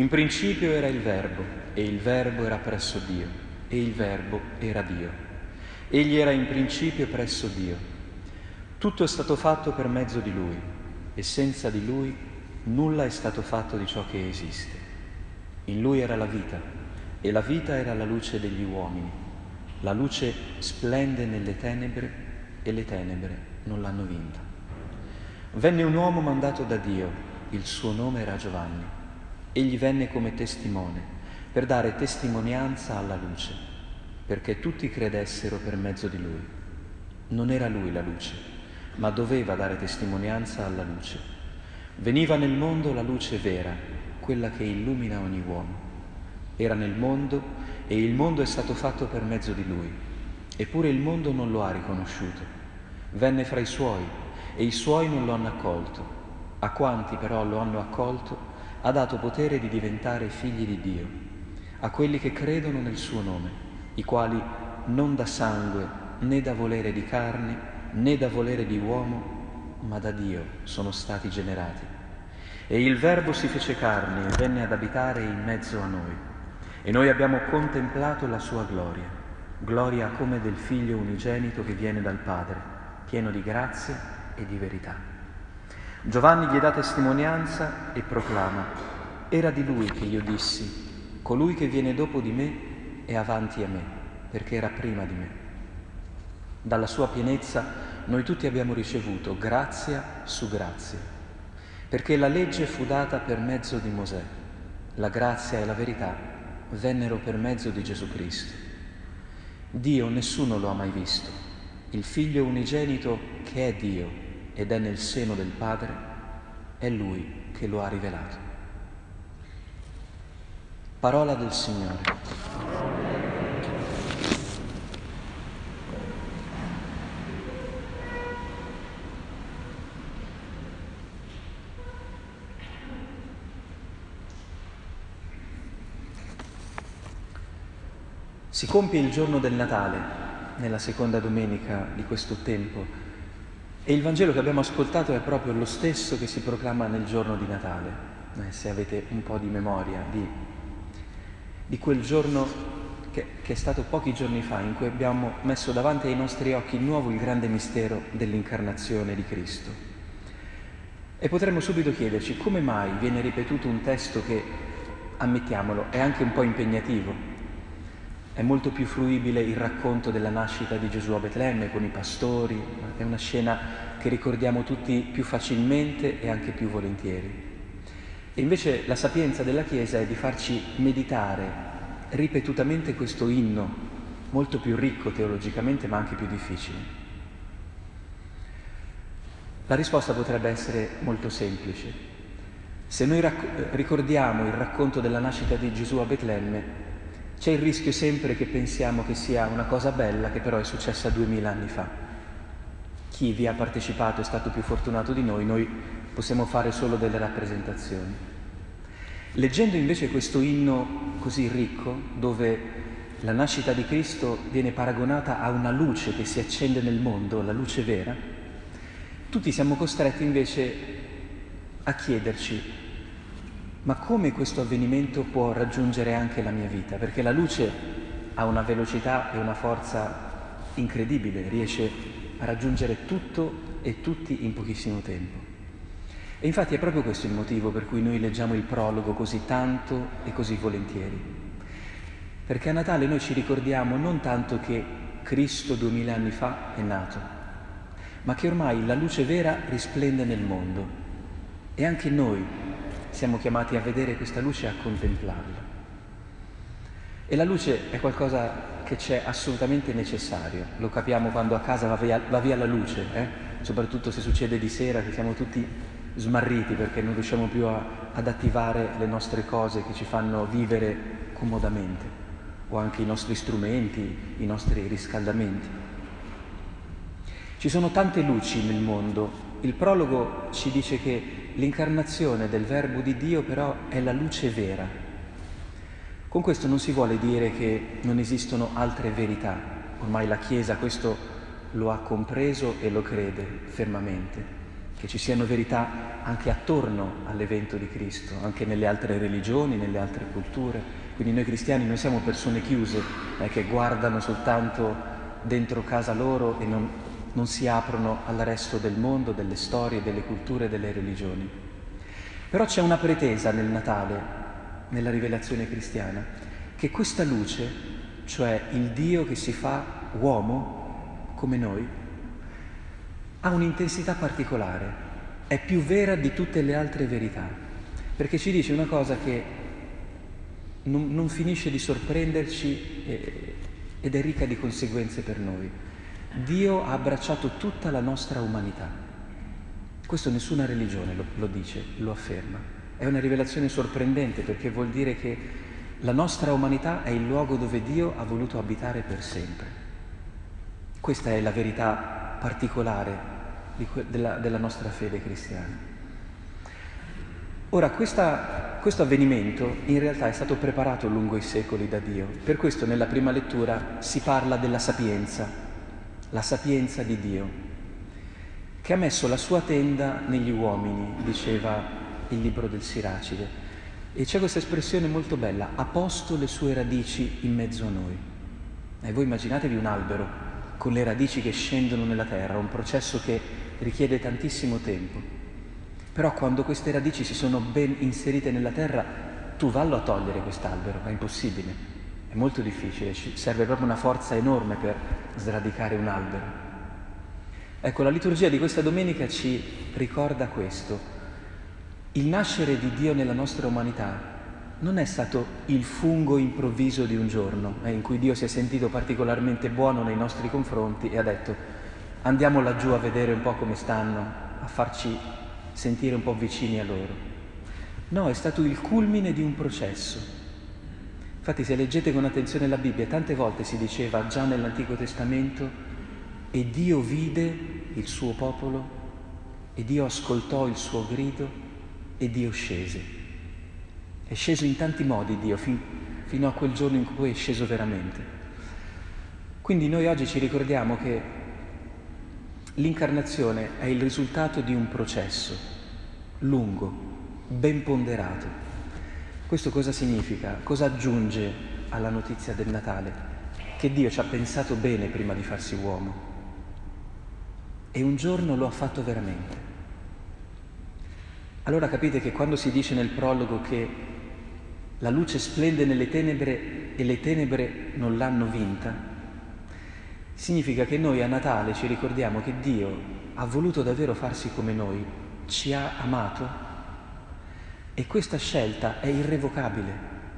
In principio era il Verbo, e il Verbo era presso Dio, e il Verbo era Dio. Egli era in principio presso Dio. Tutto è stato fatto per mezzo di Lui, e senza di Lui nulla è stato fatto di ciò che esiste. In Lui era la vita, e la vita era la luce degli uomini. La luce splende nelle tenebre, e le tenebre non l'hanno vinta. Venne un uomo mandato da Dio, il suo nome era Giovanni. Egli venne come testimone, per dare testimonianza alla luce, perché tutti credessero per mezzo di Lui. Non era Lui la luce, ma doveva dare testimonianza alla luce. Veniva nel mondo la luce vera, quella che illumina ogni uomo. Era nel mondo e il mondo è stato fatto per mezzo di Lui, eppure il mondo non lo ha riconosciuto. Venne fra i Suoi e i Suoi non lo hanno accolto. A quanti però lo hanno accolto ha dato potere di diventare figli di Dio, a quelli che credono nel suo nome, i quali non da sangue, né da volere di carne, né da volere di uomo, ma da Dio sono stati generati. E il Verbo si fece carne e venne ad abitare in mezzo a noi, e noi abbiamo contemplato la sua gloria, gloria come del Figlio unigenito che viene dal Padre, pieno di grazia e di verità. Giovanni gli dà testimonianza e proclama: era di lui che io dissi, colui che viene dopo di me è avanti a me, perché era prima di me. Dalla sua pienezza noi tutti abbiamo ricevuto grazia su grazia, perché la legge fu data per mezzo di Mosè, la grazia e la verità vennero per mezzo di Gesù Cristo. Dio nessuno lo ha mai visto, il Figlio unigenito che è Dio ed è nel seno del Padre, è Lui che lo ha rivelato. Parola del Signore. Si compie il giorno del Natale, nella seconda domenica di questo tempo, e il Vangelo che abbiamo ascoltato è proprio lo stesso che si proclama nel giorno di Natale, se avete un po' di memoria di quel giorno che è stato pochi giorni fa, in cui abbiamo messo davanti ai nostri occhi di nuovo il grande mistero dell'incarnazione di Cristo. E potremmo subito chiederci come mai viene ripetuto un testo che, ammettiamolo, è anche un po' impegnativo. È molto più fruibile il racconto della nascita di Gesù a Betlemme con i pastori, è una scena che ricordiamo tutti più facilmente e anche più volentieri. E invece la sapienza della Chiesa è di farci meditare ripetutamente questo inno, molto più ricco teologicamente ma anche più difficile. La risposta potrebbe essere molto semplice. Se noi ricordiamo il racconto della nascita di Gesù a Betlemme, c'è il rischio sempre che pensiamo che sia una cosa bella che però è successa 2000 anni fa. Chi vi ha partecipato è stato più fortunato di noi possiamo fare solo delle rappresentazioni. Leggendo invece questo inno così ricco, dove la nascita di Cristo viene paragonata a una luce che si accende nel mondo, la luce vera, tutti siamo costretti invece a chiederci: ma come questo avvenimento può raggiungere anche la mia vita? Perché la luce ha una velocità e una forza incredibile, riesce a raggiungere tutto e tutti in pochissimo tempo. E infatti è proprio questo il motivo per cui noi leggiamo il prologo così tanto e così volentieri. Perché a Natale noi ci ricordiamo non tanto che Cristo 2000 anni fa è nato, ma che ormai la luce vera risplende nel mondo e anche noi siamo chiamati a vedere questa luce e a contemplarla. E la luce è qualcosa che c'è assolutamente necessario. Lo capiamo quando a casa va via la luce, soprattutto se succede di sera, che siamo tutti smarriti perché non riusciamo più ad attivare le nostre cose che ci fanno vivere comodamente, o anche i nostri strumenti, i nostri riscaldamenti. Ci sono tante luci nel mondo. Il prologo ci dice che l'incarnazione del Verbo di Dio però è la luce vera. Con questo non si vuole dire che non esistono altre verità. Ormai la Chiesa questo lo ha compreso e lo crede fermamente, che ci siano verità anche attorno all'evento di Cristo, anche nelle altre religioni, nelle altre culture. Quindi noi cristiani non siamo persone chiuse che guardano soltanto dentro casa loro e non si aprono al resto del mondo, delle storie, delle culture, delle religioni. Però c'è una pretesa nel Natale, nella rivelazione cristiana, che questa luce, cioè il Dio che si fa uomo come noi, ha un'intensità particolare, è più vera di tutte le altre verità, perché ci dice una cosa che non finisce di sorprenderci ed è ricca di conseguenze per noi. Dio ha abbracciato tutta la nostra umanità. Questo nessuna religione lo dice, lo afferma. È una rivelazione sorprendente perché vuol dire che la nostra umanità è il luogo dove Dio ha voluto abitare per sempre. Questa è la verità particolare della nostra fede cristiana. Ora, questo avvenimento in realtà è stato preparato lungo i secoli da Dio. Per questo nella prima lettura si parla della sapienza, la sapienza di Dio, che ha messo la sua tenda negli uomini, diceva il libro del Siracide. E c'è questa espressione molto bella, ha posto le sue radici in mezzo a noi. E voi immaginatevi un albero con le radici che scendono nella terra, un processo che richiede tantissimo tempo. Però quando queste radici si sono ben inserite nella terra, tu vallo a togliere quest'albero, è impossibile, è molto difficile, ci serve proprio una forza enorme per sradicare un albero. Ecco, la liturgia di questa domenica ci ricorda questo. Il nascere di Dio nella nostra umanità non è stato il fungo improvviso di un giorno, in cui Dio si è sentito particolarmente buono nei nostri confronti e ha detto andiamo laggiù a vedere un po' come stanno, a farci sentire un po' vicini a loro. No, è stato il culmine di un processo. Infatti se leggete con attenzione la Bibbia, tante volte si diceva già nell'Antico Testamento e Dio vide il suo popolo e Dio ascoltò il suo grido e Dio scese. È sceso in tanti modi Dio fino a quel giorno in cui è sceso veramente. Quindi noi oggi ci ricordiamo che l'incarnazione è il risultato di un processo lungo, ben ponderato. Questo cosa significa? Cosa aggiunge alla notizia del Natale? Che Dio ci ha pensato bene prima di farsi uomo e un giorno lo ha fatto veramente. Allora capite che quando si dice nel prologo che la luce splende nelle tenebre e le tenebre non l'hanno vinta, significa che noi a Natale ci ricordiamo che Dio ha voluto davvero farsi come noi, ci ha amato e questa scelta è irrevocabile.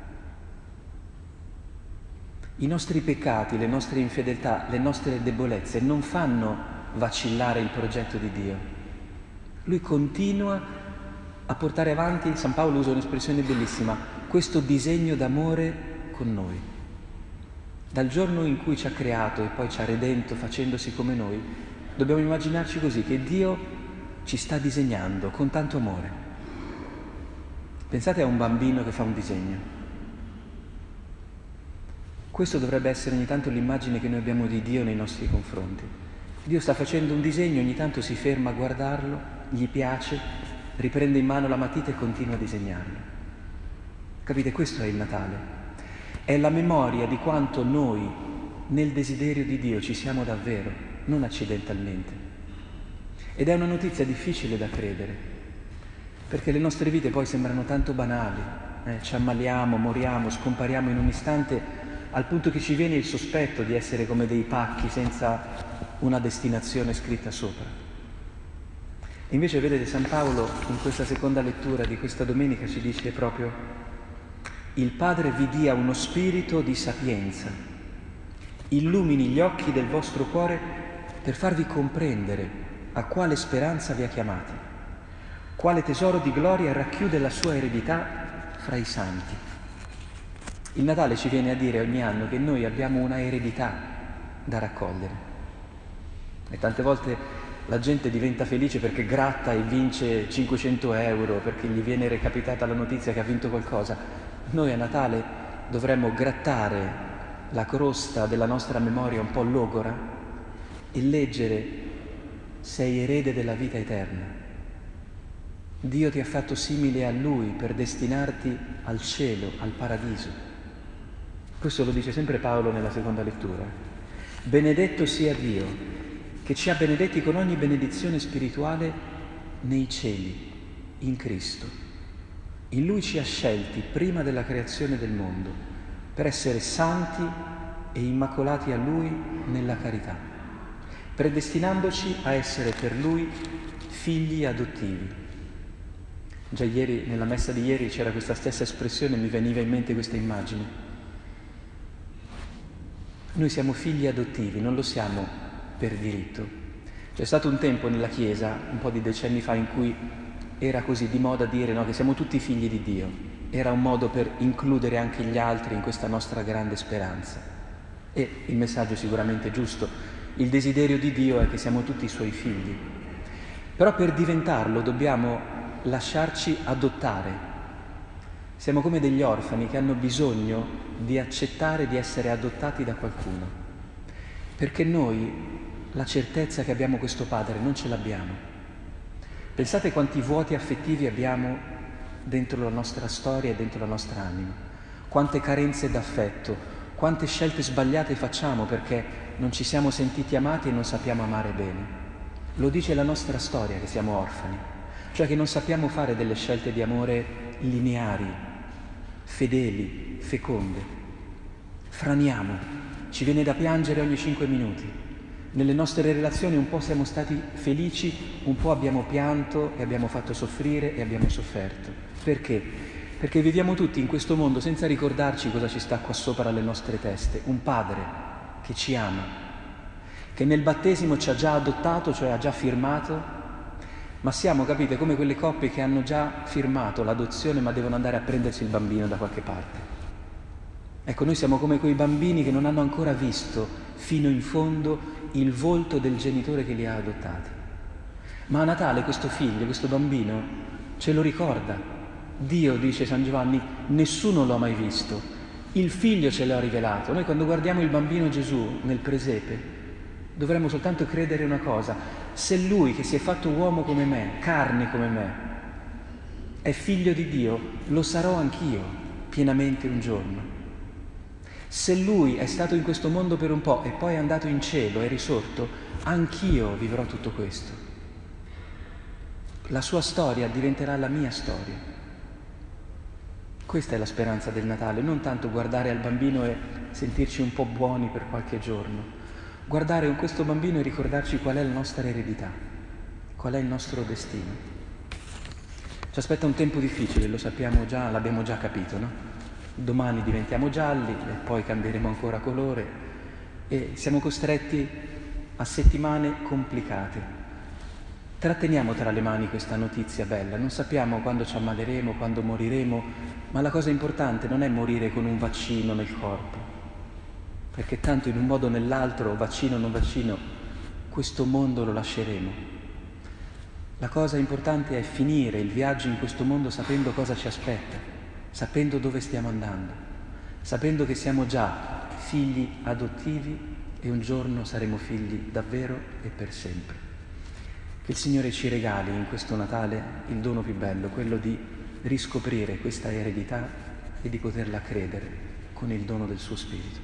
I nostri peccati, le nostre infedeltà, le nostre debolezze non fanno vacillare il progetto di Dio. Lui continua a portare avanti, San Paolo usa un'espressione bellissima, questo disegno d'amore con noi. Dal giorno in cui ci ha creato e poi ci ha redento facendosi come noi, dobbiamo immaginarci così, che Dio ci sta disegnando con tanto amore. Pensate a un bambino che fa un disegno. Questo dovrebbe essere ogni tanto l'immagine che noi abbiamo di Dio nei nostri confronti. Dio sta facendo un disegno, ogni tanto si ferma a guardarlo, gli piace, riprende in mano la matita e continua a disegnarlo. Capite? Questo è il Natale. È la memoria di quanto noi nel desiderio di Dio ci siamo davvero, non accidentalmente. Ed è una notizia difficile da credere, perché le nostre vite poi sembrano tanto banali, ci ammaliamo, moriamo, scompariamo in un istante, al punto che ci viene il sospetto di essere come dei pacchi senza una destinazione scritta sopra. E invece vedete San Paolo in questa seconda lettura di questa domenica ci dice proprio il Padre vi dia uno spirito di sapienza, illumini gli occhi del vostro cuore per farvi comprendere a quale speranza vi ha chiamati, quale tesoro di gloria racchiude la sua eredità fra i santi. Il Natale ci viene a dire ogni anno che noi abbiamo una eredità da raccogliere. E tante volte la gente diventa felice perché gratta e vince 500 euro, perché gli viene recapitata la notizia che ha vinto qualcosa. Noi a Natale dovremmo grattare la crosta della nostra memoria un po' logora e leggere sei erede della vita eterna. Dio ti ha fatto simile a Lui per destinarti al cielo, al paradiso. Questo lo dice sempre Paolo nella seconda lettura. Benedetto sia Dio, che ci ha benedetti con ogni benedizione spirituale nei cieli, in Cristo. In Lui ci ha scelti prima della creazione del mondo, per essere santi e immacolati a Lui nella carità, predestinandoci a essere per Lui figli adottivi. Già ieri, nella messa di ieri, c'era questa stessa espressione, mi veniva in mente questa immagine. Noi siamo figli adottivi, non lo siamo per diritto. C'è stato un tempo nella Chiesa, un po' di decenni fa, in cui era così di moda dire, no, che siamo tutti figli di Dio. Era un modo per includere anche gli altri in questa nostra grande speranza. E il messaggio è sicuramente giusto. Il desiderio di Dio è che siamo tutti i Suoi figli. Però per diventarlo dobbiamo lasciarci adottare. Siamo come degli orfani che hanno bisogno di accettare di essere adottati da qualcuno, perché noi la certezza che abbiamo questo Padre non ce l'abbiamo. Pensate quanti vuoti affettivi abbiamo dentro la nostra storia e dentro la nostra anima, quante carenze d'affetto, quante scelte sbagliate facciamo perché non ci siamo sentiti amati e non sappiamo amare bene. Lo dice la nostra storia che siamo orfani, cioè che non sappiamo fare delle scelte di amore lineari, fedeli, feconde. Franiamo, ci viene da piangere ogni 5 minuti. Nelle nostre relazioni un po' siamo stati felici, un po' abbiamo pianto e abbiamo fatto soffrire e abbiamo sofferto. Perché? Perché viviamo tutti in questo mondo senza ricordarci cosa ci sta qua sopra le nostre teste. Un Padre che ci ama, che nel battesimo ci ha già adottato, cioè ha già firmato. Ma siamo, capite, come quelle coppie che hanno già firmato l'adozione ma devono andare a prendersi il bambino da qualche parte. Ecco, noi siamo come quei bambini che non hanno ancora visto fino in fondo il volto del genitore che li ha adottati. Ma a Natale questo figlio, questo bambino, ce lo ricorda. Dio, dice San Giovanni, nessuno l'ha mai visto, il figlio ce l'ha rivelato. Noi quando guardiamo il bambino Gesù nel presepe dovremmo soltanto credere una cosa: se Lui che si è fatto uomo come me, carne come me, è figlio di Dio, lo sarò anch'io pienamente un giorno. Se Lui è stato in questo mondo per un po' e poi è andato in cielo, è risorto, anch'io vivrò tutto questo. La sua storia diventerà la mia storia. Questa è la speranza del Natale, non tanto guardare al bambino e sentirci un po' buoni per qualche giorno. Guardare in questo bambino e ricordarci qual è la nostra eredità, qual è il nostro destino. Ci aspetta un tempo difficile, lo sappiamo già, l'abbiamo già capito, no? Domani diventiamo gialli e poi cambieremo ancora colore e siamo costretti a settimane complicate. Tratteniamo tra le mani questa notizia bella, non sappiamo quando ci ammaleremo, quando moriremo, ma la cosa importante non è morire con un vaccino nel corpo, perché tanto in un modo o nell'altro, vaccino o non vaccino, questo mondo lo lasceremo. La cosa importante è finire il viaggio in questo mondo sapendo cosa ci aspetta, sapendo dove stiamo andando, sapendo che siamo già figli adottivi e un giorno saremo figli davvero e per sempre. Che il Signore ci regali in questo Natale il dono più bello, quello di riscoprire questa eredità e di poterla credere con il dono del suo Spirito.